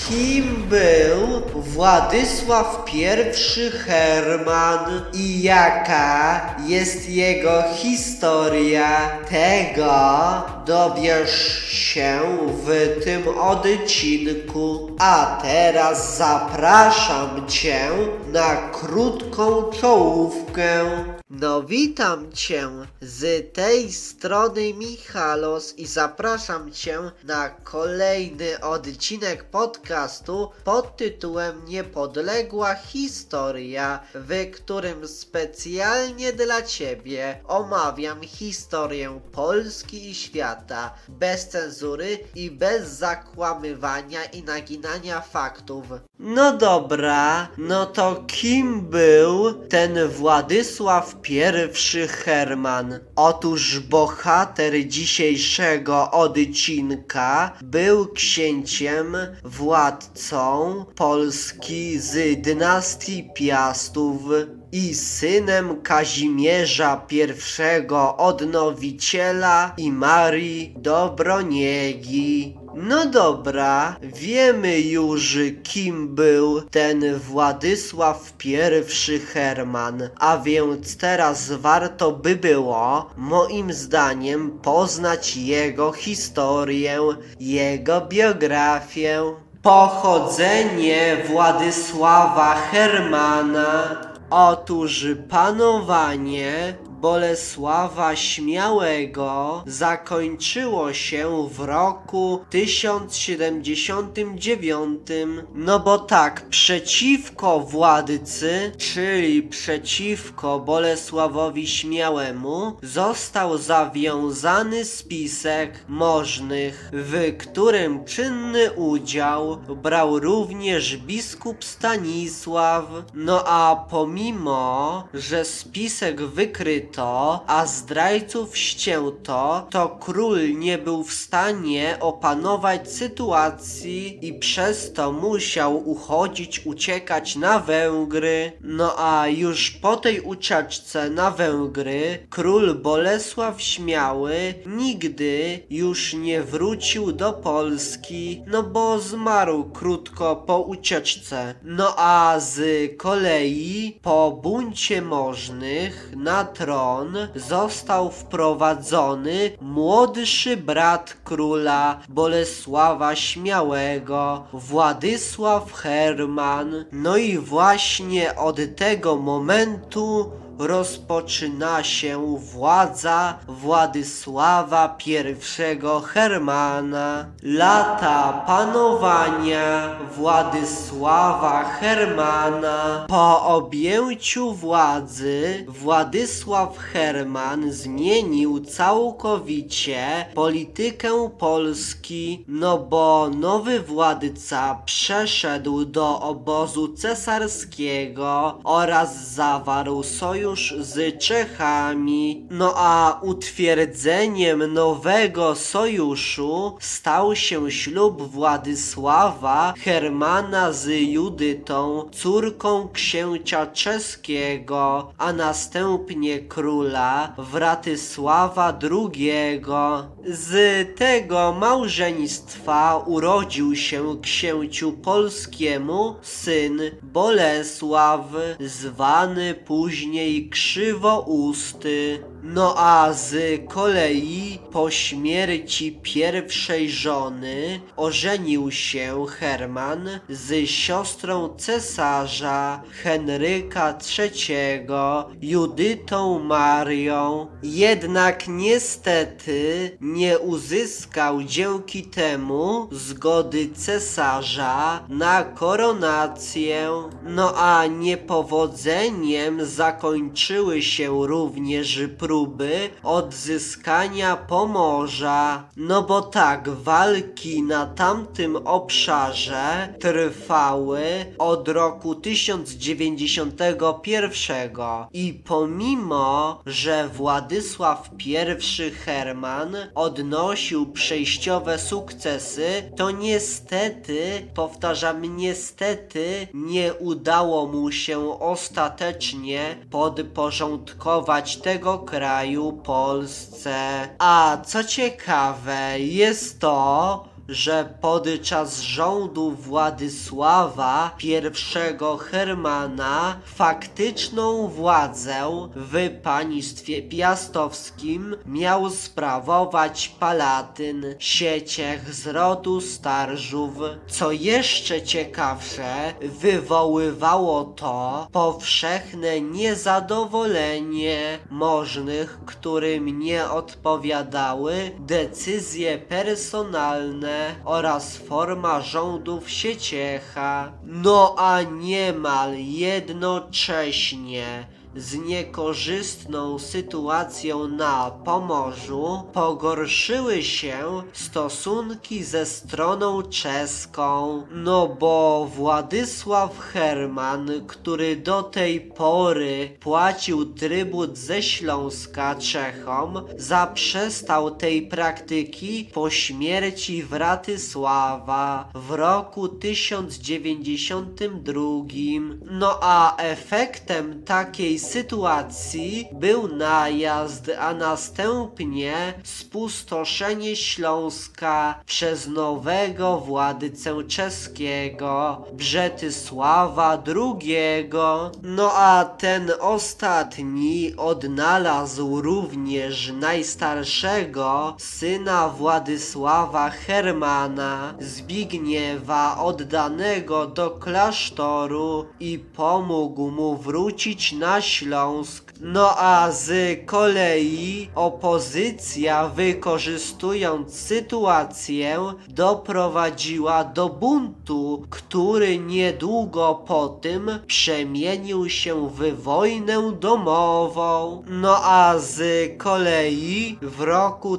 Kim był Władysław I Herman i jaka jest jego historia? Tego dowiesz się w tym odcinku. A teraz zapraszam Cię na krótką czołówkę. No witam Cię z tej strony Michalos i zapraszam Cię na kolejny odcinek podcastu pod tytułem Niepodległa Historia, w którym specjalnie dla Ciebie omawiam historię Polski i świata bez cenzury i bez zakłamywania i naginania faktów. No dobra, no to kim był ten Władysław I Herman? Otóż bohater dzisiejszego odcinka był księciem, władcą Polski z dynastii Piastów i synem Kazimierza I Odnowiciela i Marii Dobroniegi. No dobra, wiemy już kim był ten Władysław I Herman, a więc teraz warto by było, moim zdaniem, poznać jego historię, jego biografię. Pochodzenie Władysława Hermana. Otóż panowanie Bolesława Śmiałego zakończyło się w roku 1079. No bo tak, przeciwko władcy, czyli przeciwko Bolesławowi Śmiałemu, został zawiązany spisek możnych, w którym czynny udział brał również biskup Stanisław. No a pomimo, że spisek wykryto, a zdrajców ścięto, to król nie był w stanie opanować sytuacji i przez to musiał uciekać na Węgry. No a już po tej ucieczce na Węgry król Bolesław Śmiały nigdy już nie wrócił do Polski, no bo zmarł krótko po ucieczce. No a z kolei po buncie możnych na tron został wprowadzony młodszy brat króla Bolesława Śmiałego, Władysław Herman. No i właśnie od tego momentu rozpoczyna się władza Władysława I Hermana. Lata panowania Władysława Hermana. Po objęciu władzy Władysław Herman zmienił całkowicie politykę Polski, no bo nowy władca przeszedł do obozu cesarskiego oraz zawarł sojusz z Czechami. No a utwierdzeniem nowego sojuszu stał się ślub Władysława Hermana z Judytą, córką księcia czeskiego, a następnie króla Wratysława II. Z tego małżeństwa urodził się księciu polskiemu syn Bolesław, zwany później Krzywousty. No a z kolei po śmierci pierwszej żony ożenił się Herman z siostrą cesarza Henryka III, Judytą Marią. Jednak niestety nie uzyskał dzięki temu zgody cesarza na koronację. No a niepowodzeniem zakończyły się również próby odzyskania Pomorza. No bo tak, walki na tamtym obszarze trwały od roku 1091 i pomimo, że Władysław I Herman odnosił przejściowe sukcesy, to niestety, powtarzam niestety, nie udało mu się ostatecznie podporządkować tego kraju Polsce. A co ciekawe, jest to że podczas rządu Władysława I Hermana faktyczną władzę w państwie piastowskim miał sprawować palatyn Sieciech z rodu Starżów. Co jeszcze ciekawsze, wywoływało to powszechne niezadowolenie możnych, którym nie odpowiadały decyzje personalne oraz forma rządów Sieciecha. No a niemal jednocześnie z niekorzystną sytuacją na Pomorzu pogorszyły się stosunki ze stroną czeską, no bo Władysław Herman, który do tej pory płacił trybut ze Śląska Czechom, zaprzestał tej praktyki po śmierci Wratysława w roku 1092. No a efektem takiej sytuacji był najazd, a następnie spustoszenie Śląska przez nowego władcę czeskiego, Brzetysława II. No a ten ostatni odnalazł również najstarszego syna Władysława Hermana, Zbigniewa, oddanego do klasztoru i pomógł mu wrócić na Śląsk. No a z kolei opozycja, wykorzystując sytuację, doprowadziła do buntu, który niedługo po tym przemienił się w wojnę domową. No a z kolei w roku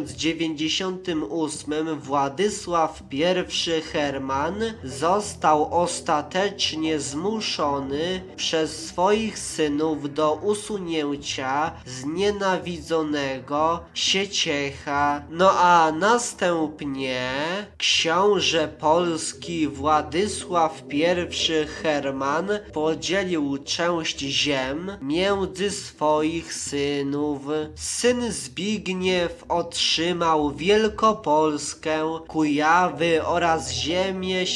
1098 Władysław I Herman został ostatecznie zmuszony przez swoich synów do usunięcia znienawidzonego Sieciecha. No a następnie książę polski Władysław I Herman podzielił część ziem między swoich synów. Syn Zbigniew otrzymał Wielkopolskę, Kujawy oraz ziemię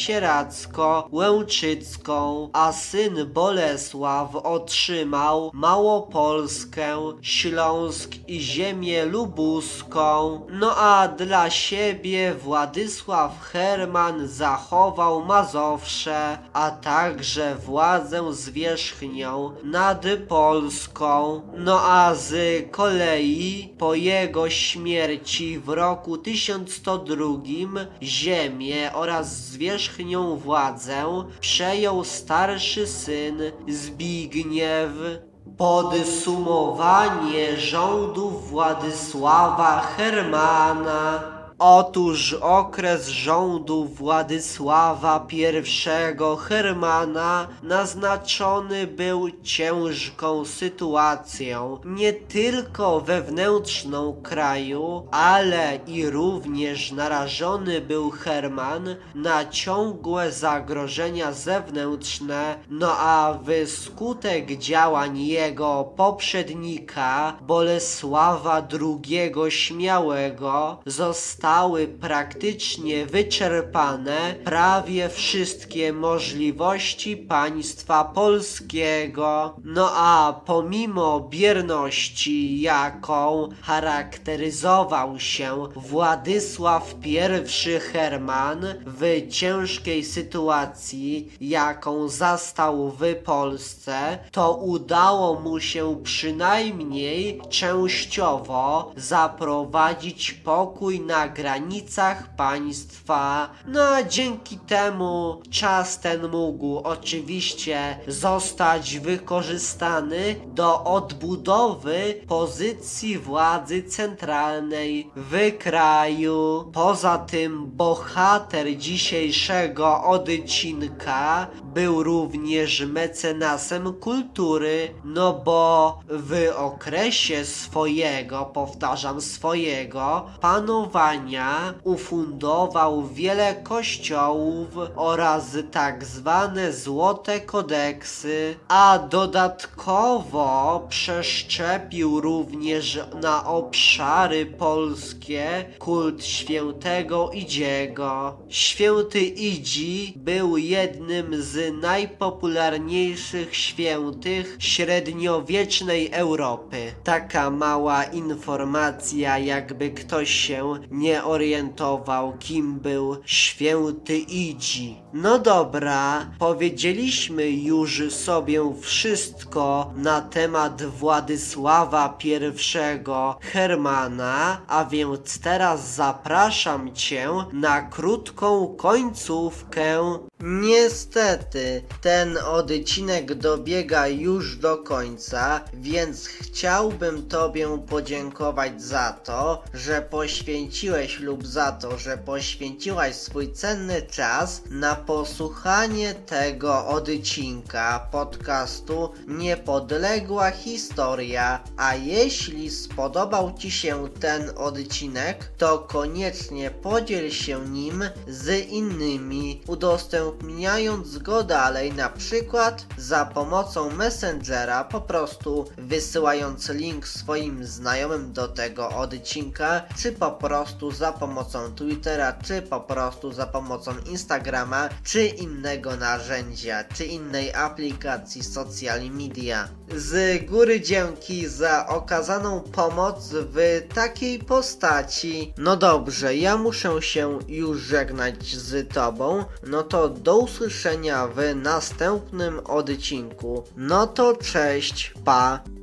sieradzko-łęczycką, a syn Bolesław otrzymał Małopolskę, Śląsk i ziemię lubuską. No a dla siebie Władysław Herman zachował Mazowsze, a także władzę zwierzchnią nad Polską. No a z kolei po jego śmierci w roku 1102 ziemię oraz zwierzchnią władzę przejął starszy syn Zbigniew. Podsumowanie rządów Władysława Hermana. Otóż okres rządów Władysława I Hermana naznaczony był ciężką sytuacją, nie tylko wewnętrzną kraju, ale i również narażony był Herman na ciągłe zagrożenia zewnętrzne, no a wskutek działań jego poprzednika Bolesława II Śmiałego zostały praktycznie wyczerpane prawie wszystkie możliwości państwa polskiego. No a pomimo bierności, jaką charakteryzował się Władysław I Herman w ciężkiej sytuacji, jaką zastał w Polsce, to udało mu się przynajmniej częściowo zaprowadzić pokój na granicach państwa. No a dzięki temu czas ten mógł oczywiście zostać wykorzystany do odbudowy pozycji władzy centralnej w kraju. Poza tym bohater dzisiejszego odcinka był również mecenasem kultury, no bo w okresie swojego, powtarzam swojego, panowania ufundował wiele kościołów oraz tak zwane złote kodeksy, a dodatkowo przeszczepił również na obszary polskie kult świętego Idziego. Święty Idzi był jednym z najpopularniejszych świętych średniowiecznej Europy. Taka mała informacja, jakby ktoś się nie orientował, kim był święty Idzi. No dobra, powiedzieliśmy już sobie wszystko na temat Władysława I Hermana, a więc teraz zapraszam Cię na krótką końcówkę. Niestety, ten odcinek dobiega już do końca, więc chciałbym Tobie podziękować za to, że poświęciłeś lub za to, że poświęciłaś swój cenny czas na posłuchanie tego odcinka podcastu Niepodległa Historia. A jeśli spodobał Ci się ten odcinek, to koniecznie podziel się nim z innymi, udostępniając go dalej, na przykład za pomocą Messengera, po prostu wysyłając link swoim znajomym do tego odcinka, czy po prostu za pomocą Twittera, czy po prostu za pomocą Instagrama, czy innego narzędzia, czy innej aplikacji social media. Z góry dzięki za okazaną pomoc w takiej postaci. No dobrze, ja muszę się już żegnać z Tobą. No to do usłyszenia w następnym odcinku. No to cześć, pa!